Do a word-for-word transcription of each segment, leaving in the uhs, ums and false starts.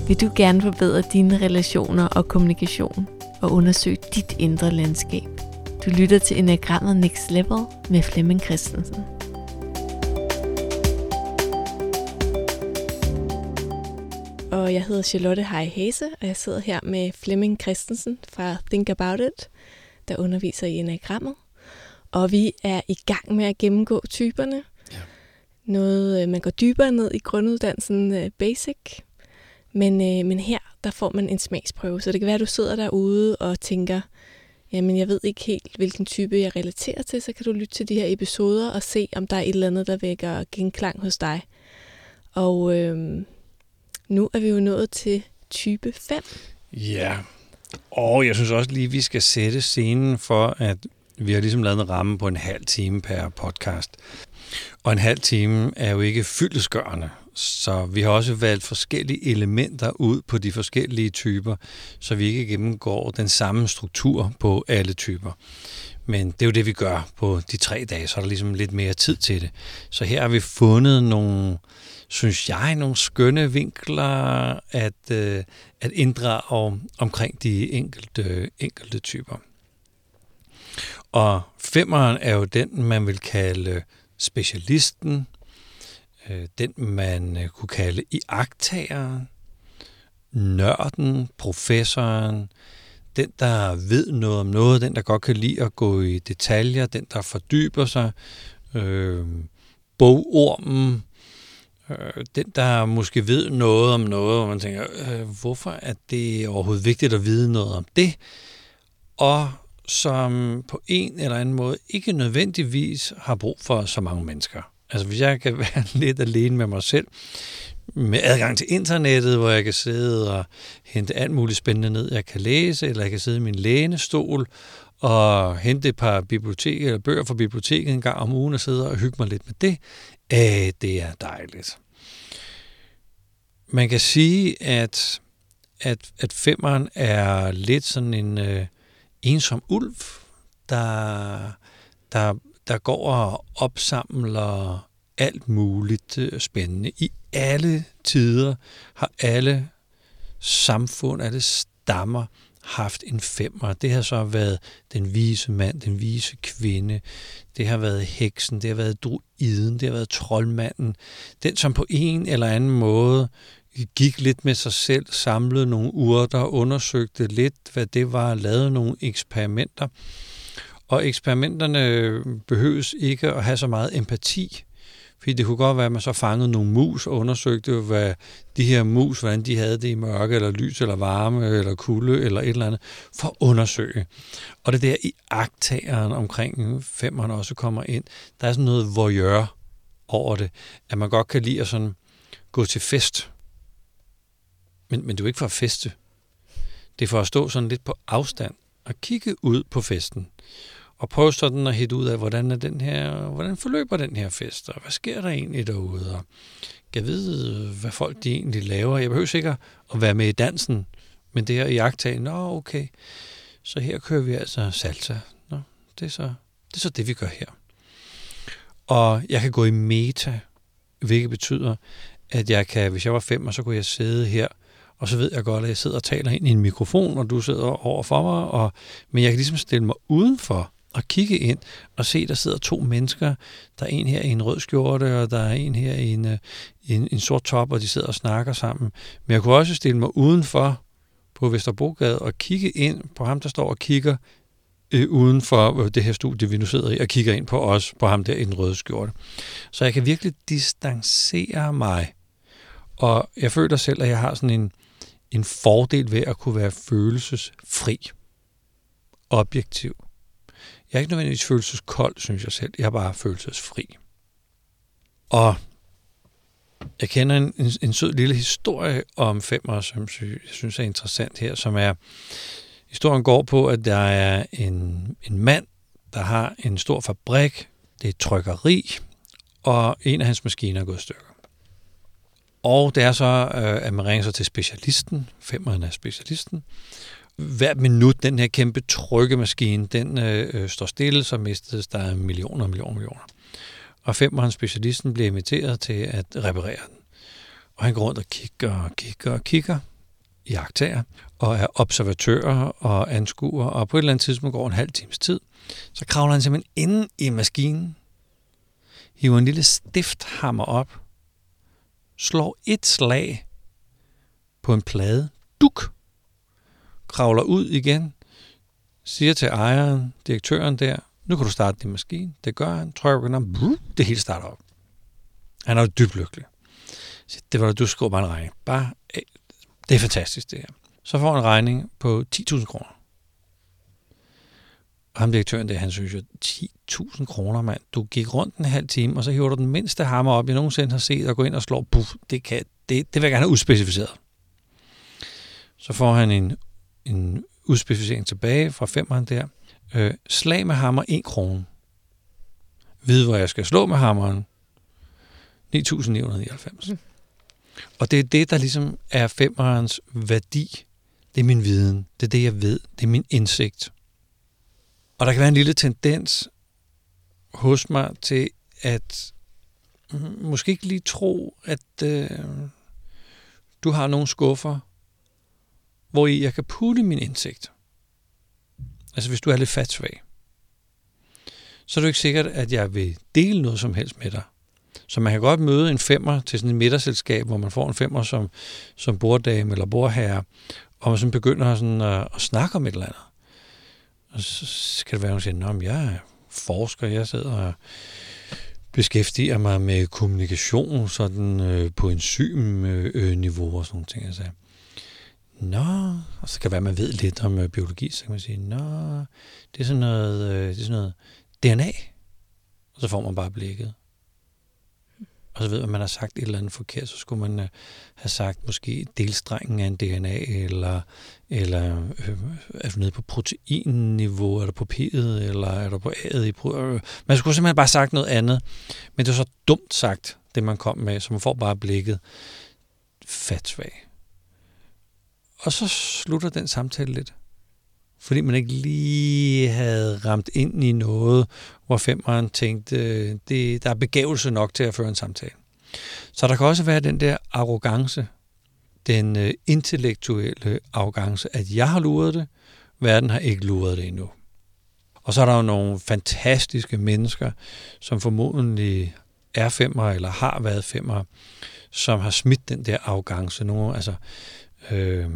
Vil du gerne forbedre dine relationer og kommunikation og undersøge dit indre landskab? Du lytter til Enneagrammet Next Level med Flemming Christensen. Og jeg hedder Charlotte Hej Hase, og jeg sidder her med Flemming Christensen fra Think About It, der underviser i Enneagrammet. Og vi er i gang med at gennemgå typerne. Ja. Noget, man går dybere ned i grunduddannelsen Basic. Men, øh, men her, der får man en smagsprøve. Så det kan være, at du sidder derude og tænker, jamen jeg ved ikke helt, hvilken type jeg relaterer til. Så kan du lytte til de her episoder og se, om der er et eller andet, der vækker genklang hos dig. Og øh, nu er vi jo nået til type fem. Ja, og jeg synes også lige, vi skal sætte scenen for, at vi har ligesom lavet en ramme på en halv time per podcast. Og en halv time er jo ikke fyldestgørende. Så vi har også valgt forskellige elementer ud på de forskellige typer, så vi ikke gennemgår den samme struktur på alle typer. Men det er jo det, vi gør på de tre dage, så er der ligesom lidt mere tid til det. Så her har vi fundet nogle, synes jeg, nogle skønne vinkler at, øh, at inddrage omkring de enkelte, enkelte typer. Og femmeren er jo den, man vil kalde specialisten, den man kunne kalde iagttageren, nørden, professoren, den der ved noget om noget, den der godt kan lide at gå i detaljer, den der fordyber sig, øh, bogormen, øh, den der måske ved noget om noget, og man tænker, øh, hvorfor er det overhovedet vigtigt at vide noget om det, og som på en eller anden måde ikke nødvendigvis har brug for så mange mennesker. Altså hvis jeg kan være lidt alene med mig selv, med adgang til internettet, hvor jeg kan sidde og hente alt muligt spændende ned, jeg kan læse, eller jeg kan sidde i min lænestol og hente et par bibliotek, eller bøger fra biblioteket en gang om ugen og sidde og hygge mig lidt med det, Æh, det er dejligt. Man kan sige, at, at, at femmeren er lidt sådan en øh, ensom ulv, der, der der går og opsamler alt muligt spændende. I alle tider har alle samfund, alle stammer haft en femmer. Det har så været den vise mand, den vise kvinde, det har været heksen, det har været druiden, det har været troldmanden. Den, som på en eller anden måde gik lidt med sig selv, samlede nogle urter, undersøgte lidt, hvad det var, lavede nogle eksperimenter. Og eksperimenterne behøves ikke at have så meget empati, fordi det kunne godt være, at man så fangede nogle mus og undersøgte, hvad de her mus, hvordan de havde det i mørke, eller lys, eller varme, eller kulde, eller et eller andet, for at undersøge. Og det der iagttageren omkring femmeren også kommer ind. Der er sådan noget voyeur over det, at man godt kan lide at sådan gå til fest. Men, men det er jo ikke for at feste. Det er for at stå sådan lidt på afstand og kigge ud på festen. Og prøve sådan at hitte ud af, hvordan er den her, hvordan forløber den her fest, og hvad sker der egentlig derude, og jeg ved, hvad folk de egentlig laver. Jeg behøver sikkert at være med i dansen, men det her iagttage, nå okay, så her kører vi altså salsa. Nå, det er så det, er så det vi gør her. Og jeg kan gå i meta, hvilket betyder, at jeg kan, hvis jeg var fem, og så kunne jeg sidde her, og så ved jeg godt, at jeg sidder og taler ind i en mikrofon, og du sidder over for mig, og, men jeg kan ligesom stille mig udenfor, og kigge ind og se, der sidder to mennesker. Der er en her i en rød skjorte, og der er en her i en, en, en sort top, og de sidder og snakker sammen. Men jeg kunne også stille mig udenfor på Vesterbrogade og kigge ind på ham, der står og kigger øh, uden for det her studie, vi nu sidder i, og kigger ind på os, på ham der i den røde skjorte. Så jeg kan virkelig distancere mig. Og jeg føler selv, at jeg har sådan en, en fordel ved at kunne være følelsesfri. Objektiv. Jeg er ikke nødvendigvis følelseskold, synes jeg selv. Jeg er bare følelsesfri. Og jeg kender en, en, en sød lille historie om femmer, som jeg synes er interessant her, som er, historien går på, at der er en, en mand, der har en stor fabrik, det er et trykkeri, og en af hans maskiner er gået i stykker. Og det er så, at man ringer sig til specialisten, femmeren er specialisten. Hvert minut, den her kæmpe trykkemaskine, den øh, står stille, så mistedes der millioner og millioner millioner. Og femmeren, specialisten, bliver inviteret til at reparere den. Og han går rundt og kigger og kigger og kigger. iagttager og er observatører og anskuer, og på et eller andet tidspunkt går en halv times tid, så kravler han simpelthen inde i maskinen, hiver en lille stifthammer op, slår et slag på en plade, duk, kravler ud igen, siger til ejeren, direktøren der, nu kan du starte din maskine. Det gør han, trykker på knappen, det hele starter op. Han er jo dybt lykkelig. Det var det, du skriver bare en regning. Bare, det er fantastisk det her. Så får han en regning på ti tusind kroner. Og ham direktøren der, han synes jo, ti tusind kroner, mand. Du gik rundt en halv time, og så hiver du den mindste hammer op, jeg nogensinde har set, og gå ind og slår, puff, det, kan, det, det vil jeg gerne have udspecificeret. Så får han en, en udspecificering tilbage fra femmeren der. Øh, slag med hammer, en krone. Ved, hvor jeg skal slå med hammeren. ni tusind ni hundrede nioghalvfems. Mm. Og det er det, der ligesom er femmerens værdi. Det er min viden. Det er det, jeg ved. Det er min indsigt. Og der kan være en lille tendens hos mig til at måske ikke lige tro, at øh, du har nogle skuffer, hvor jeg kan putte min indsigt. Altså hvis du er lidt fatsvag, så er det jo ikke sikkert, at jeg vil dele noget som helst med dig. Så man kan godt møde en femmer til sådan et middagsselskab, hvor man får en femmer som, som borddame eller bordherre, og man sådan begynder sådan at, at snakke om et eller andet. Og så skal det være, at man siger, jeg er forsker, jeg sidder og beskæftiger mig med kommunikation sådan, øh, på enzymniveau øh, og sådan nogle ting. Altså, nå, og så kan det være, at man ved lidt om øh, biologi, så kan man sige, nå, det er sådan noget, øh, det er sådan noget D N A. Og så får man bare blikket. Og så ved man, at man har sagt et eller andet forkert, så skulle man øh, have sagt måske delstrengen af en D N A, eller, eller øh, er du nede på proteinniveau, er du på P'et, eller er du på A'et i prøver. Man skulle simpelthen bare sagt noget andet, men det var så dumt sagt, det man kom med, så man får bare blikket fatsvag. Og så slutter den samtale lidt. Fordi man ikke lige havde ramt ind i noget, hvor femmeren tænkte, det, der er begævelse nok til at føre en samtale. Så der kan også være den der arrogance, den uh, intellektuelle arrogance, at jeg har luret det, verden har ikke luret det endnu. Og så er der jo nogle fantastiske mennesker, som formodentlig er femmer eller har været femmer, som har smidt den der arrogance. Nogle, altså... Øh,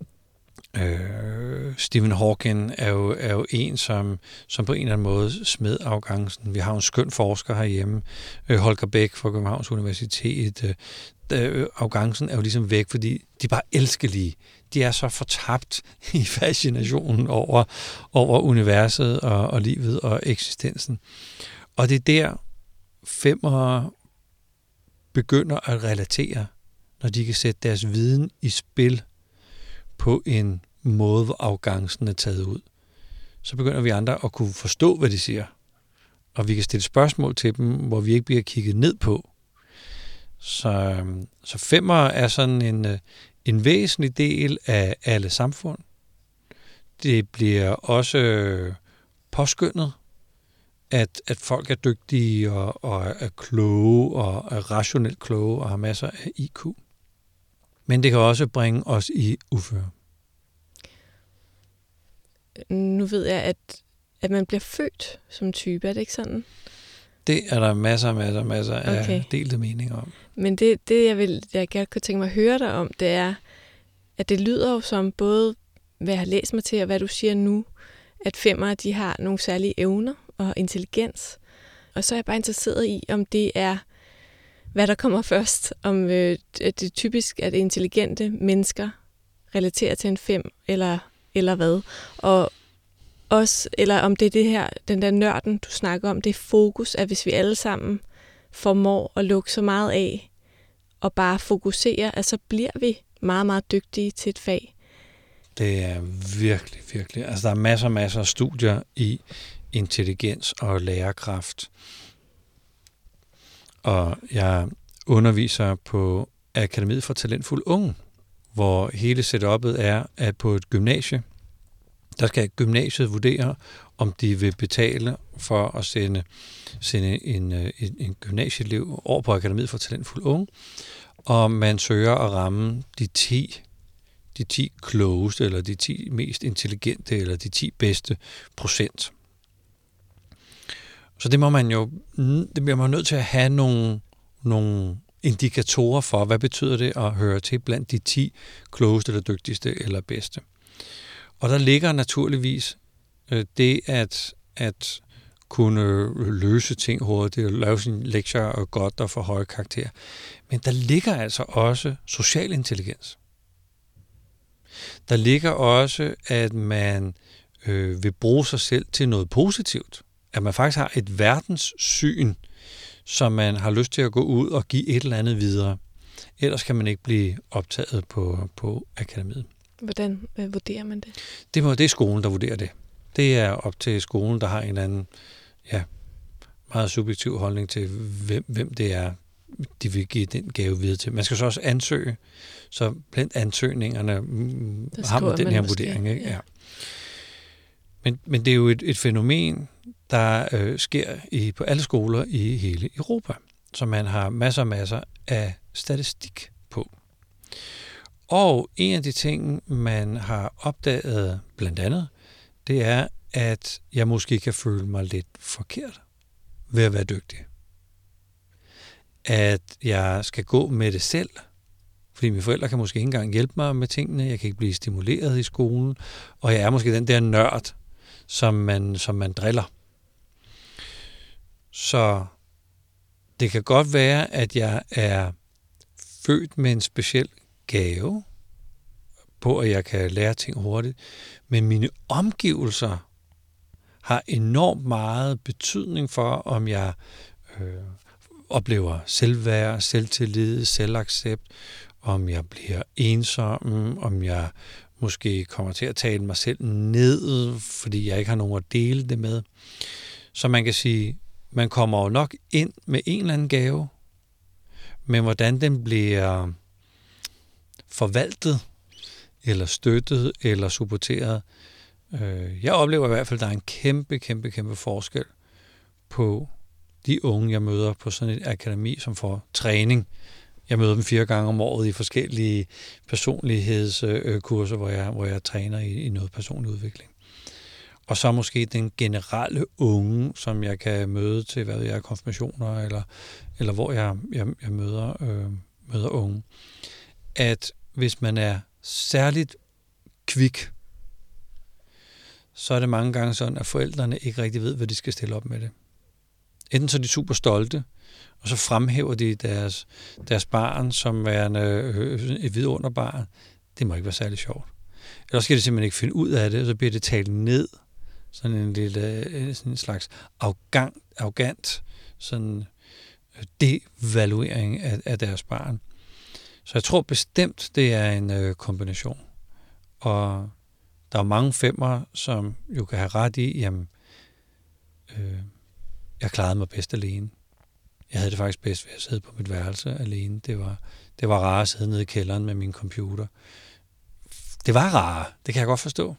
Øh, Stephen Hawking er jo, er jo en, som, som på en eller anden måde smed arrogancen. Vi har en skøn forsker herhjemme, øh, Holger Bæk fra Københavns Universitet. Øh, arrogancen er jo ligesom væk, fordi de er bare elskelige. De er så fortabt i fascinationen over, over universet og, og livet og eksistensen. Og det er der, femmere begynder at relatere, når de kan sætte deres viden i spil på en måde, hvor arrogancen er taget ud. Så begynder vi andre at kunne forstå, hvad de siger. Og vi kan stille spørgsmål til dem, hvor vi ikke bliver kigget ned på. Så, så femmer er sådan en, en væsentlig del af alle samfund. Det bliver også påskyndet, at, at folk er dygtige og, og er kloge og er rationelt kloge og har masser af I Q. Men det kan også bringe os i uføre. Nu ved jeg, at, at man bliver født som type. Er det ikke sådan? Det er der masser, masser, masser af okay. delte meninger om. Men det, det jeg, vil, jeg gerne kunne tænke mig at høre dig om, det er, at det lyder jo som både, hvad jeg har læst mig til, og hvad du siger nu, at femmer, de har nogle særlige evner og intelligens. Og så er jeg bare interesseret i, om det er, hvad der kommer først, om øh, det er typisk, at intelligente mennesker relaterer til en fem, eller, eller hvad. Og også, eller om det er det her, den der nørden, du snakker om, det er fokus, at hvis vi alle sammen formår at lukke så meget af, og bare fokusere, at så bliver vi meget, meget dygtige til et fag. Det er virkelig, virkelig. Altså, der er masser, masser af studier i intelligens og lærekraft. Og jeg underviser på Akademiet for Talentfulde Unge, hvor hele setupet er, at på et gymnasie, der skal gymnasiet vurdere, om de vil betale for at sende, sende en, en, en gymnasieelev over på Akademiet for Talentfulde Unge, og man søger at ramme de ti, de ti klogeste, eller de ti mest intelligente, eller de ti bedste procent. Så det må man jo, det bliver man nødt til at have nogle, nogle indikatorer for, hvad betyder det at høre til blandt de ti klogeste, eller dygtigste, eller bedste. Og der ligger naturligvis øh, det at, at kunne løse ting hurtigt, lave sine lektier godt og få høje karakterer. Men der ligger altså også social intelligens. Der ligger også, at man øh, vil bruge sig selv til noget positivt. At man faktisk har et verdenssyn, som man har lyst til at gå ud og give et eller andet videre. Ellers kan man ikke blive optaget på, på akademiet. Hvordan øh, vurderer man det? Det, må, det er skolen, der vurderer det. Det er op til skolen, der har en eller anden ja, meget subjektiv holdning til, hvem, hvem det er, de vil give den gave videre til. Man skal så også ansøge, så blandt ansøgningerne har man den man her måske, vurdering. Ikke? Ja. Ja. Men, men det er jo et, et fænomen, der øh, sker i, på alle skoler i hele Europa, så man har masser og masser af statistik på. Og en af de ting, man har opdaget blandt andet, det er, at jeg måske kan føle mig lidt forkert ved at være dygtig. At jeg skal gå med det selv, fordi mine forældre kan måske ikke engang hjælpe mig med tingene, jeg kan ikke blive stimuleret i skolen, og jeg er måske den der nørd, som man, som man driller. Så det kan godt være, at jeg er født med en speciel gave på, at jeg kan lære ting hurtigt, men mine omgivelser har enormt meget betydning for, om jeg øh, oplever selvværd, selvtillid, selvaccept, om jeg bliver ensom, om jeg måske kommer til at tale mig selv ned, fordi jeg ikke har nogen at dele det med. Så man kan sige, man kommer jo nok ind med en eller anden gave, men hvordan den bliver forvaltet, eller støttet, eller supporteret. Jeg oplever i hvert fald, at der er en kæmpe, kæmpe, kæmpe forskel på de unge, jeg møder på sådan et akademi, som får træning. Jeg møder dem fire gange om året i forskellige personlighedskurser, hvor jeg, hvor jeg træner i, i noget personlig udvikling. Og så måske den generelle unge, som jeg kan møde til, hvad jeg er, konfirmationer, eller, eller hvor jeg, jeg, jeg møder, øh, møder unge. At hvis man er særligt kvik, så er det mange gange sådan, at forældrene ikke rigtig ved, hvad de skal stille op med det. Enten så er de super stolte, og så fremhæver de deres, deres barn som værende et vidunderbarn. Det må ikke være særlig sjovt. Ellers skal de simpelthen ikke finde ud af det, og så bliver det talt ned. Sådan en lille sådan en slags arrogant, arrogant sådan devaluering af, af deres barn. Så jeg tror bestemt, det er en øh, kombination. Og der er mange femmer, som jo kan have ret i, jamen, øh, jeg klarede mig bedst alene. Jeg havde det faktisk bedst ved at sidde på mit værelse alene. Det var, det var rart at sidde nede i kælderen med min computer. Det var rart, det kan jeg godt forstå.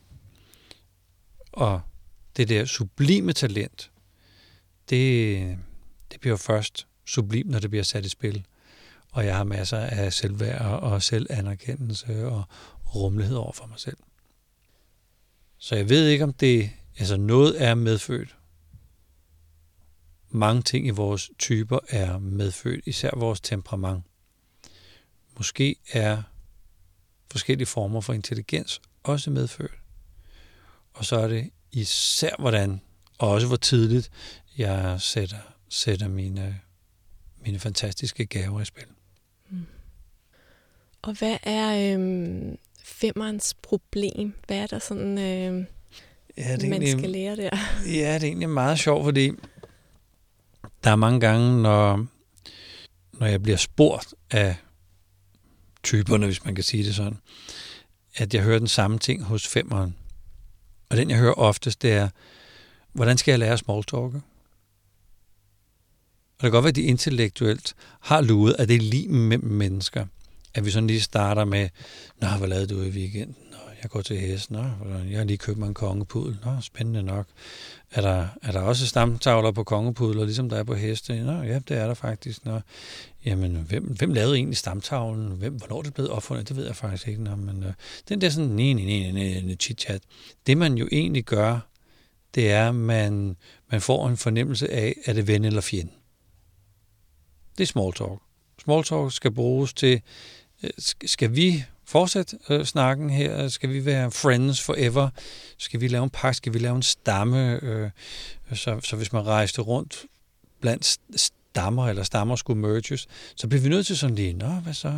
Og det der sublime talent, det, det bliver først sublim, når det bliver sat i spil. Og jeg har masser af selvværd og selvanerkendelse og rummelighed over for mig selv. Så jeg ved ikke, om det, altså noget er medfødt. Mange ting i vores typer er medfødt, især vores temperament. Måske er forskellige former for intelligens også medfødt. Og så er det især hvordan, og også hvor tidligt, jeg sætter, sætter mine, mine fantastiske gaver i spil. Mm. Og hvad er øhm, femmerens problem? Hvad er der sådan, øhm, ja, man egentlig, skal lære der? Ja, det er egentlig meget sjovt, fordi der er mange gange, når, når jeg bliver spurgt af typerne, hvis man kan sige det sådan, at jeg hører den samme ting hos femmeren. Og den, jeg hører oftest, det er, hvordan skal jeg lære at smalltalke? Og det kan godt være, at de intellektuelt har luet, at det er limen mellem mennesker. At vi sådan lige starter med, nå, hvad lavede du i weekenden? Og jeg går til hest. Nå, jeg har lige købt mig en kongepudel. Nå, spændende nok. Er der, er der også stamtavler på kongepudler, ligesom der er på heste? Nå, ja, det er der faktisk. Nå, jamen, hvem, hvem lavede egentlig stamtavlen? Hvem, hvornår er det blevet opfundet? Det ved jeg faktisk ikke. Nå, men øh, den der sådan, nej, nej, nej, nej, nej, chit-chat. Det man jo egentlig gør, det er, at man, man får en fornemmelse af, er det ven eller fjende. Det er small talk. Small talk skal bruges til, skal vi fortsætte øh, snakken her? Skal vi være friends forever? Skal vi lave en pagt? Skal vi lave en stamme? Øh, så, så hvis man rejste rundt blandt stammer, eller stammer skulle merges, så bliver vi nødt til sådan lige, nå, hvad så?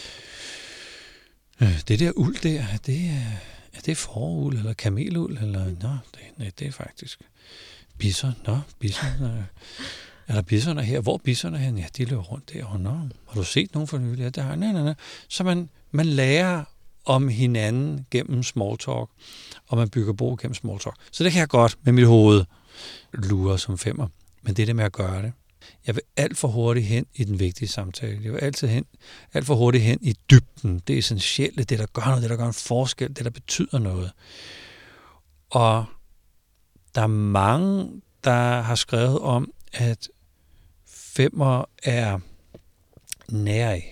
Øh, det der uld der, er det, er det foruld, eller kameluld? Eller, nå, det, nej, det er faktisk bisser. Nå, bisser. Øh. Er der bisserne her? Hvor er bisserne hen? Ja, de løber rundt der. Nå, har du set nogen for nylig? Ja, det har jeg. Nej, nej, nej. Så man, man lærer om hinanden gennem small talk, og man bygger bro gennem small talk. Så det kan jeg godt med mit hoved lure som femmer. Men det er det med at gøre det. Jeg vil alt for hurtigt hen i den vigtige samtale. Jeg vil altid hen, alt for hurtigt hen i dybden. Det er essentielle, det der gør noget, det der gør en forskel, det der betyder noget. Og der er mange, der har skrevet om, at femmer er nære.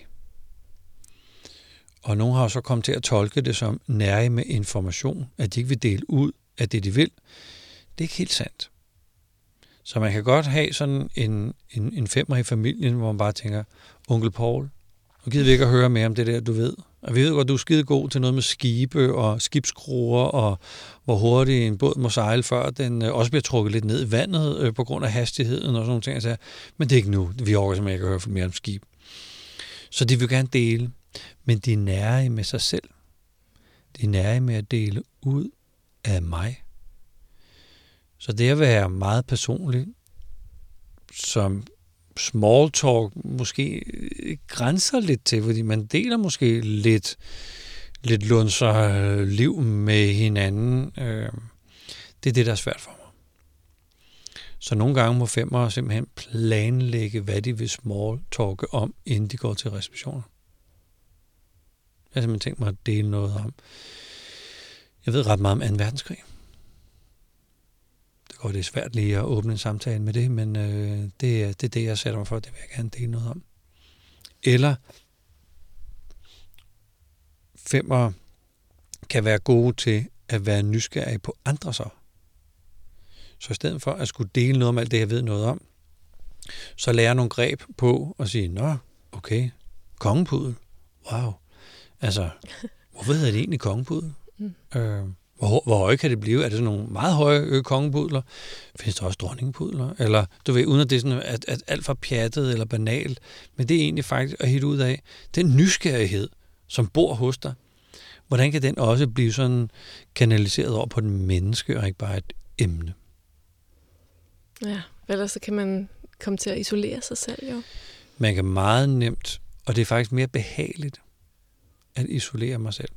Og nogle har så kommet til at tolke det som nære med information, at de ikke vil dele ud af det, de vil. Det er ikke helt sandt. Så man kan godt have sådan en, en, en femmer i familien, hvor man bare tænker, onkel Paul, nu gider vi ikke at høre mere om det der, du ved. Og vi ved godt, du er skide god til noget med skibe og skibskruer, og hvor hurtigt en båd må sejle, før den også bliver trukket lidt ned i vandet øh, på grund af hastigheden og sådan nogle ting. Altså, men det er ikke nu. Vi overgår simpelthen ikke at høre mere om skib. Så de vil gerne dele, men de er nære med sig selv. De er nære med at dele ud af mig. Så det at være meget personlig, som small talk måske grænser lidt til, fordi man deler måske lidt, lidt lunser liv med hinanden. Det er det, der er svært for mig. Så nogle gange må femmer simpelthen planlægge, hvad de vil small talke om, inden de går til receptioner. Jeg har simpelthen tænkt mig at dele noget om. Jeg ved ret meget om anden verdenskrig. Og det er svært lige at åbne en samtale med det, men øh, det, er, det er det, jeg sætter mig for. Det vil jeg gerne dele noget om. Eller femmer kan være gode til at være nysgerrige på andre så. Så i stedet for at skulle dele noget om alt det, jeg ved noget om, så lærer jeg nogle greb på at sige, nå, okay, kongepudel, wow. Altså, hvor hedder det egentlig kongepudel? Mm. Øh, Hvor, hvor høje kan det blive? Er det sådan nogle meget høje øh, kongepudler? Findes der også dronningepudler? Eller, du ved, uden at det er sådan, at, at alt for pjattet eller banalt, men det er egentlig faktisk at hitte ud af, den nysgerrighed, som bor hos dig, hvordan kan den også blive sådan kanaliseret over på den menneske, og ikke bare et emne? Ja, ellers så kan man komme til at isolere sig selv, jo. Man kan meget nemt, og det er faktisk mere behageligt, at isolere mig selv.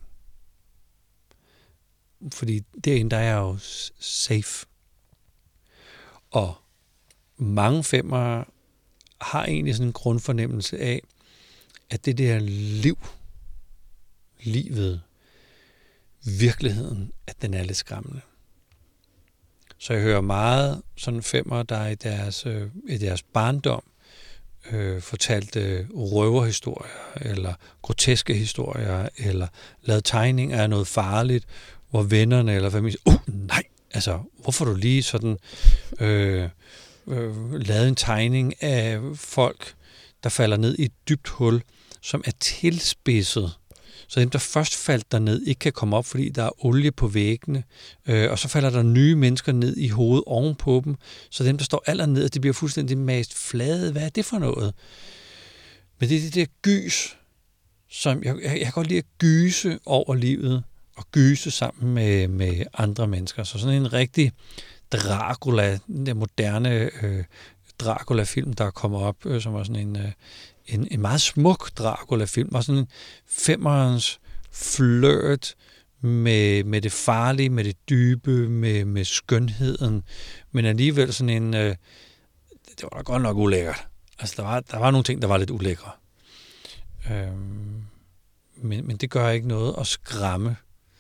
Fordi derinde, der er jeg jo safe. Og mange femmer har egentlig sådan en grundfornemmelse af, at det der liv, livet, virkeligheden, at den er lidt skræmmende. Så jeg hører meget sådan femmer, der i deres, øh, i deres barndom øh, fortalte røverhistorier, eller groteske historier, eller lavet tegninger af noget farligt, hvor vennerne eller familien siger, uh, nej, altså, hvorfor du lige sådan øh, øh, lavet en tegning af folk, der falder ned i et dybt hul, som er tilspidset, så dem, der først faldt derned, ikke kan komme op, fordi der er olie på væggene, øh, og så falder der nye mennesker ned i hovedet ovenpå dem, så dem, der står allernede, de bliver fuldstændig mast flade. Hvad er det for noget? Men det er det der gys, som jeg, jeg, jeg kan godt lide at gyse over livet, og gyse sammen med, med andre mennesker. Så sådan en rigtig Dracula, den der moderne øh, Dracula-film, der kommer op, øh, som var sådan en, øh, en, en meget smuk Dracula-film, var sådan en femmerens flirt med, med det farlige, med det dybe, med, med skønheden, men alligevel sådan en, øh, det var da godt nok ulækkert. Altså, der var, der var nogle ting, der var lidt ulækre. Øhm, men, men det gør ikke noget at skræmme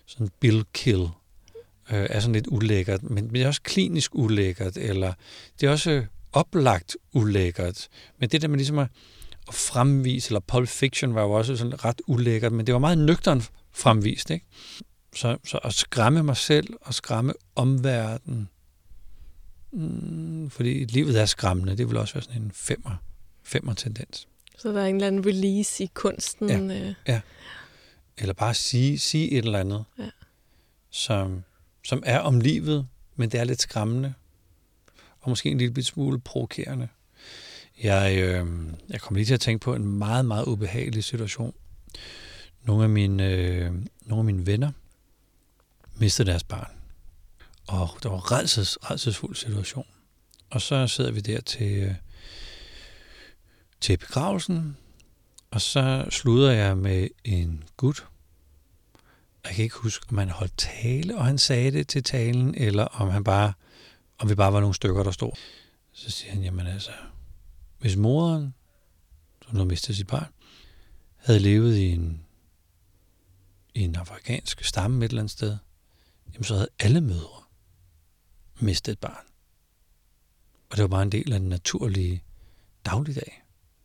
sådan Bill Kill øh, er sådan lidt ulækkert, men det er også klinisk ulækkert, eller det er også oplagt ulækkert. Men det der med ligesom at, at fremvise, eller Pulp Fiction var jo også sådan ret ulækkert, men det var meget nøgtern fremvist, ikke? Så, så at skræmme mig selv og skræmme omverdenen, mm, fordi livet er skræmmende, det vil også være sådan en femmer, femmer tendens. Så der er en eller anden release i kunsten. Ja, øh. ja. Eller bare sige, sige et eller andet, ja. som, som er om livet, men det er lidt skræmmende, og måske en lille smule provokerende. Jeg, øh, jeg kom lige til at tænke på en meget, meget ubehagelig situation. Nogle af mine, øh, nogle af mine venner mistede deres barn, og der var en rædsels, rædselsfuld situation. Og så sidder vi der til, øh, til begravelsen, og så sluder jeg med en gut. Jeg kan ikke huske, om han holdt tale, og han sagde det til talen, eller om han bare, om vi bare var nogle stykker, der stod. Så siger han, jamen altså, hvis moderen, som nu mistede sit barn, havde levet i en, i en afrikansk stamme et eller andet sted, jamen så havde alle mødre mistet et barn. Og det var bare en del af den naturlige dagligdag.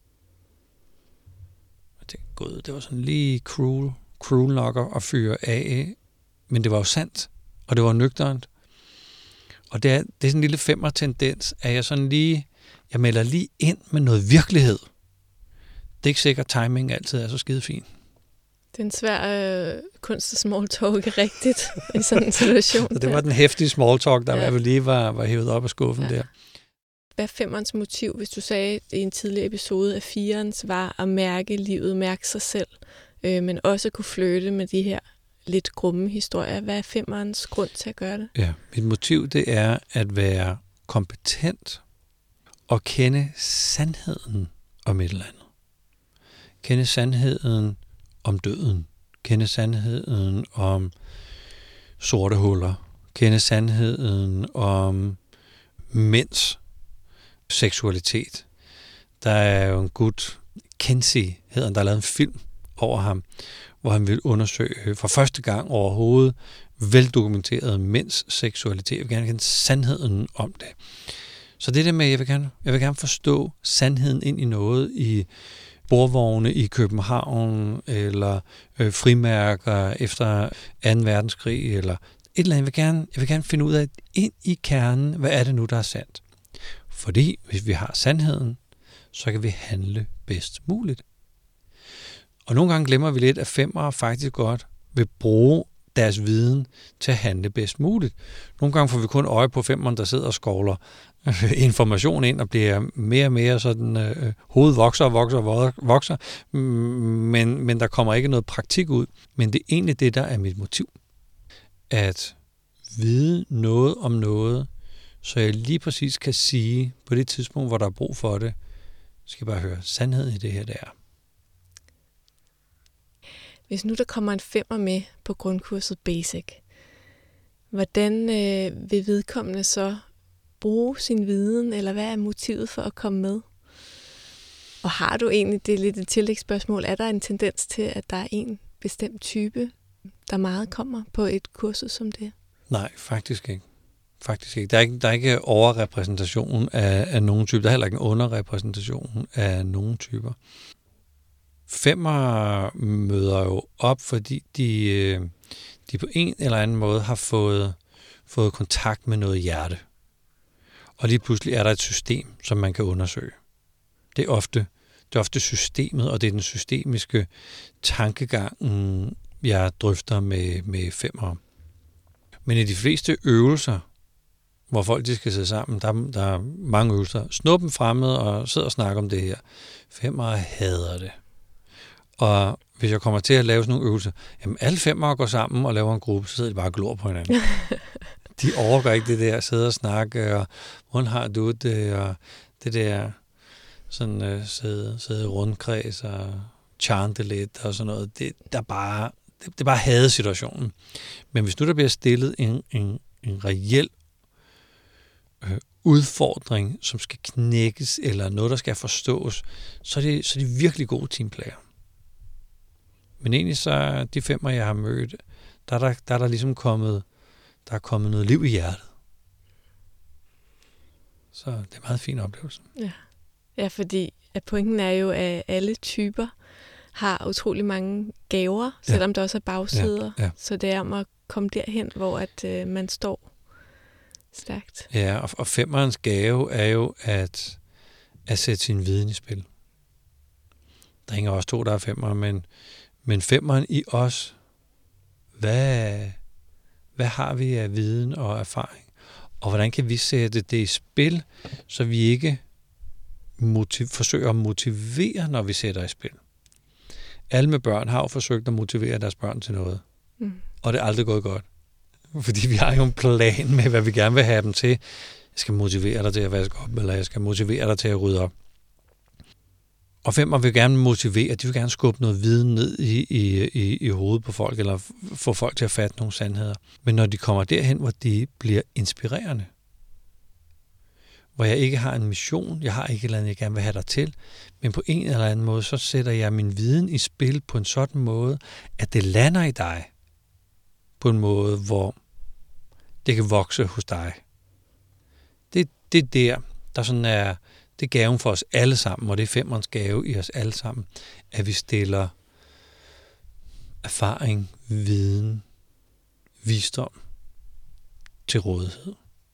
Jeg tænkte, gud, det var sådan lige cruel, cruel nok at fyre af, men det var jo sandt, og det var nøgternt. Og det er, det er sådan en lille femmer-tendens, at jeg sådan lige, jeg melder lige ind med noget virkelighed. Det er ikke sikkert, at timing altid er så skide fin. Det er en svær øh, kunst at small talk rigtigt i sådan en situation. Så det var den heftige small talk, der ja. lige var, var hævet op af skuffen ja. der. Hvad er femmerens motiv, hvis du sagde i en tidlig episode, at firens var at mærke livet, mærke sig selv, øh, men også kunne flytte med de her lidt grumme historier. Hvad er femmerens grund til at gøre det? Ja, mit motiv det er at være kompetent og kende sandheden om et eller andet. Kende sandheden om døden. Kende sandheden om sorte huller. Kende sandheden om mænds seksualitet. Der er jo en gut, Kinsey hedder han, der har lavet en film over ham, hvor han vil undersøge for første gang overhovedet veldokumenteret mænds seksualitet. Jeg vil gerne kende sandheden om det. Så det der med, jeg vil gerne, jeg vil gerne forstå sandheden ind i noget i bordvogne i København, eller øh, frimærker efter anden verdenskrig, eller et eller andet. Jeg vil, gerne, jeg vil gerne finde ud af, ind i kernen, hvad er det nu, der er sandt? Fordi hvis vi har sandheden, så kan vi handle bedst muligt. Og nogle gange glemmer vi lidt, at femmere faktisk godt vil bruge deres viden til at handle bedst muligt. Nogle gange får vi kun øje på femmeren, der sidder og skovler information ind og bliver mere og mere sådan, øh, hovedet vokser og vokser og vokser, men, men der kommer ikke noget praktik ud. Men det er egentlig det, der er mit motiv. At vide noget om noget, så jeg lige præcis kan sige, på det tidspunkt, hvor der er brug for det, skal jeg bare høre sandheden i det her, der er. Hvis nu der kommer en femmer med på grundkurset Basic, hvordan øh, vil vedkommende så bruge sin viden, eller hvad er motivet for at komme med? Og har du egentlig, det er lidt et tillægsspørgsmål, er der en tendens til, at der er en bestemt type, der meget kommer på et kursus som det? Nej, faktisk ikke. Faktisk ikke. Der er ikke, der er ikke overrepræsentation af, af nogen typer. Der er heller ikke en underrepræsentation af nogen typer. Femmer møder jo op, fordi de, de på en eller anden måde har fået, fået kontakt med noget hjerte. Og lige pludselig er der et system, som man kan undersøge. Det er ofte, det er ofte systemet, og det er den systemiske tankegang, jeg drøfter med, med femmer. Men i de fleste øvelser, hvor folk de skal sidde sammen, der, der er mange øvelser. Snup dem fremmed og sidde og snakke om det her. Femmer hader det. Og hvis jeg kommer til at lave sådan nogle øvelser, jamen alle femmer går sammen og laver en gruppe, så sidder de bare og glor på hinanden. De overgår ikke det der, sidde og snakke, og hvordan har du det, og det der sådan uh, sidde, sidde i rundkreds og chante lidt og sådan noget. Det, der bare, det, det er bare hade situationen. Men hvis nu der bliver stillet en, en, en reel øh, udfordring, som skal knækkes, eller noget, der skal forstås, så er det, så er det virkelig gode teamplayer. Men egentlig så de femmer, jeg har mødt, Der er der, der, er der ligesom kommet, der er kommet noget liv i hjertet. Så det er en meget fin oplevelse. Ja, ja, fordi at pointen er jo, at alle typer har utrolig mange gaver, selvom ja. der også er bagsider. Ja, ja. Så det er om at komme derhen, hvor at, øh, man står stærkt. Ja, og, og femmerens gave er jo at, at sætte sin viden i spil. Der er ingen også to, der er femmer, men, men femmeren i os, hvad, hvad har vi af viden og erfaring? Og hvordan kan vi sætte det i spil, så vi ikke motiv- forsøger at motivere, når vi sætter i spil? Alle med børn har jo forsøgt at motivere deres børn til noget. Mm. Og det er aldrig gået godt. Fordi vi har jo en plan med, hvad vi gerne vil have dem til. Jeg skal motivere dig til at vaske op, eller jeg skal motivere dig til at rydde op. Og femmer vil gerne motivere, de vil gerne skubbe noget viden ned i, i, i, i hovedet på folk, eller få folk til at fatte nogle sandheder. Men når de kommer derhen, hvor de bliver inspirerende, hvor jeg ikke har en mission, jeg har ikke et eller andet, jeg gerne vil have dig til, men på en eller anden måde, så sætter jeg min viden i spil på en sådan måde, at det lander i dig på en måde, hvor det kan vokse hos dig. Det, det er der, der sådan er, det er gaven for os alle sammen, og det er femmerens gave i os alle sammen, at vi stiller erfaring, viden, visdom til rådighed.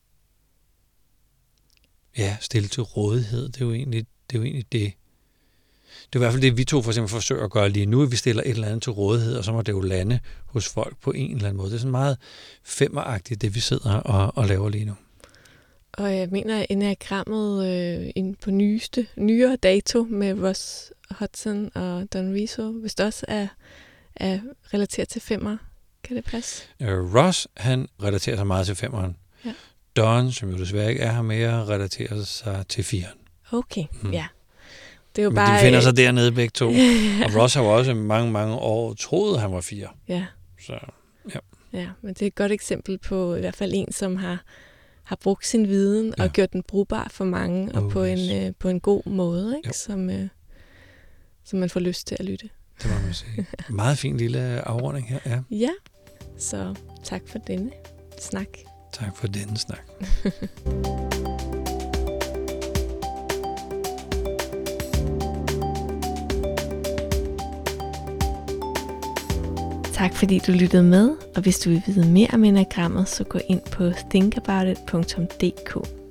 Ja, stille til rådighed, det er jo egentlig det. Er jo egentlig det. Det er i hvert fald det, vi to for eksempel forsøger at gøre lige nu, at vi stiller et eller andet til rådighed, og så må det jo lande hos folk på en eller anden måde. Det er sådan meget femmeragtigt, det vi sidder og, og laver lige nu. Og jeg mener, at enagrammet øh, på nyeste, nyere dato med Ross Hudson og Don Riso, hvis det også er, er relateret til femmer, kan det passe? Uh, Ross, han relaterer sig meget til femmeren. Ja. Don, som jo desværre ikke er her mere, relaterer sig til fireren. Okay, mm. ja. Det er jo Men bare, de befinder sig dernede begge to. ja. Og Ross har jo også mange, mange år troet, han var fire. Ja. Så, ja. Ja, men det er et godt eksempel på i hvert fald en, som har, har brugt sin viden ja. og gjort den brugbar for mange, og oh, på, yes. en, øh, på en god måde, ikke? Som, øh, som man får lyst til at lytte. Det må man sige. Meget fin lille afrunding her. Ja. ja, så tak for denne snak. Tak for denne snak. Tak fordi du lyttede med, og hvis du vil vide mere om enagrammet, så gå ind på think about it punktum d k.